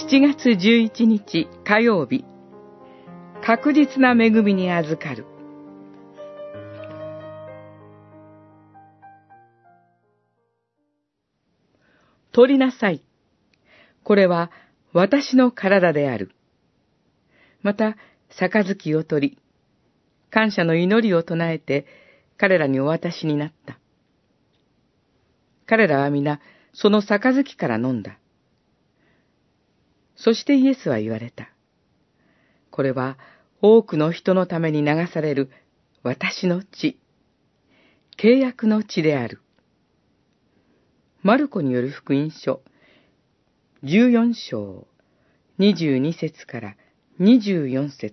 7月11日火曜日、確実な恵みに預かる。取りなさい。これは私の体である。また、杯を取り、感謝の祈りを唱えて彼らにお渡しになった。彼らは皆その杯から飲んだ。そしてイエスは言われた。これは多くの人のために流される私の血、契約の血である。マルコによる福音書、14章、22節から24節。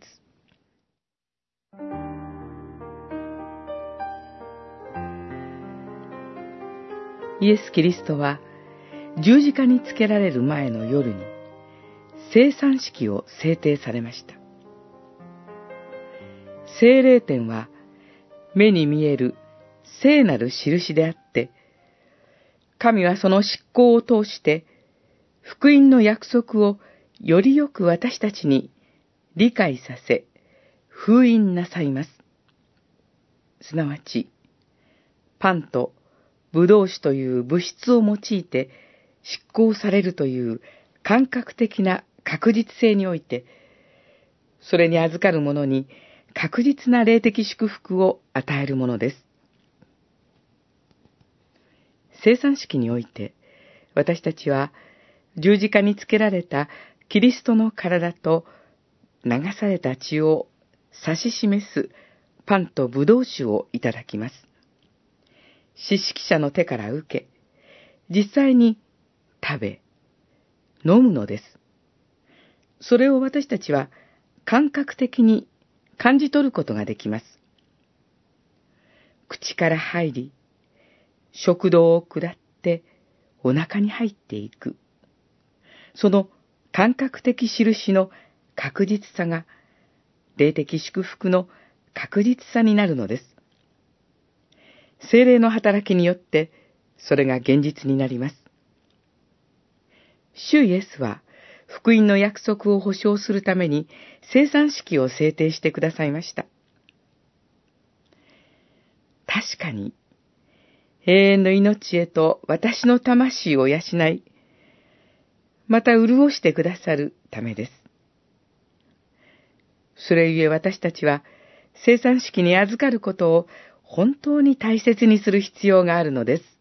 イエス・キリストは十字架につけられる前の夜に聖餐式を制定されました。聖霊典は目に見える聖なる印であって、神はその執行を通して福音の約束をよりよく私たちに理解させ、封印なさいます。すなわち、パンとブドウ酒という物質を用いて執行されるという感覚的な確実性において、それに預かる者に確実な霊的祝福を与えるものです。聖餐式において、私たちは十字架につけられたキリストの体と流された血を指し示すパンとブドウ酒をいただきます。司式者の手から受け、実際に食べ、飲むのです。それを私たちは感覚的に感じ取ることができます。口から入り、食道を下ってお腹に入っていく。その感覚的印の確実さが、霊的祝福の確実さになるのです。聖霊の働きによって、それが現実になります。主イエスは、福音の約束を保証するために、聖餐式を制定してくださいました。確かに、永遠の命へと私の魂を養い、また潤してくださるためです。それゆえ私たちは、聖餐式に預かることを本当に大切にする必要があるのです。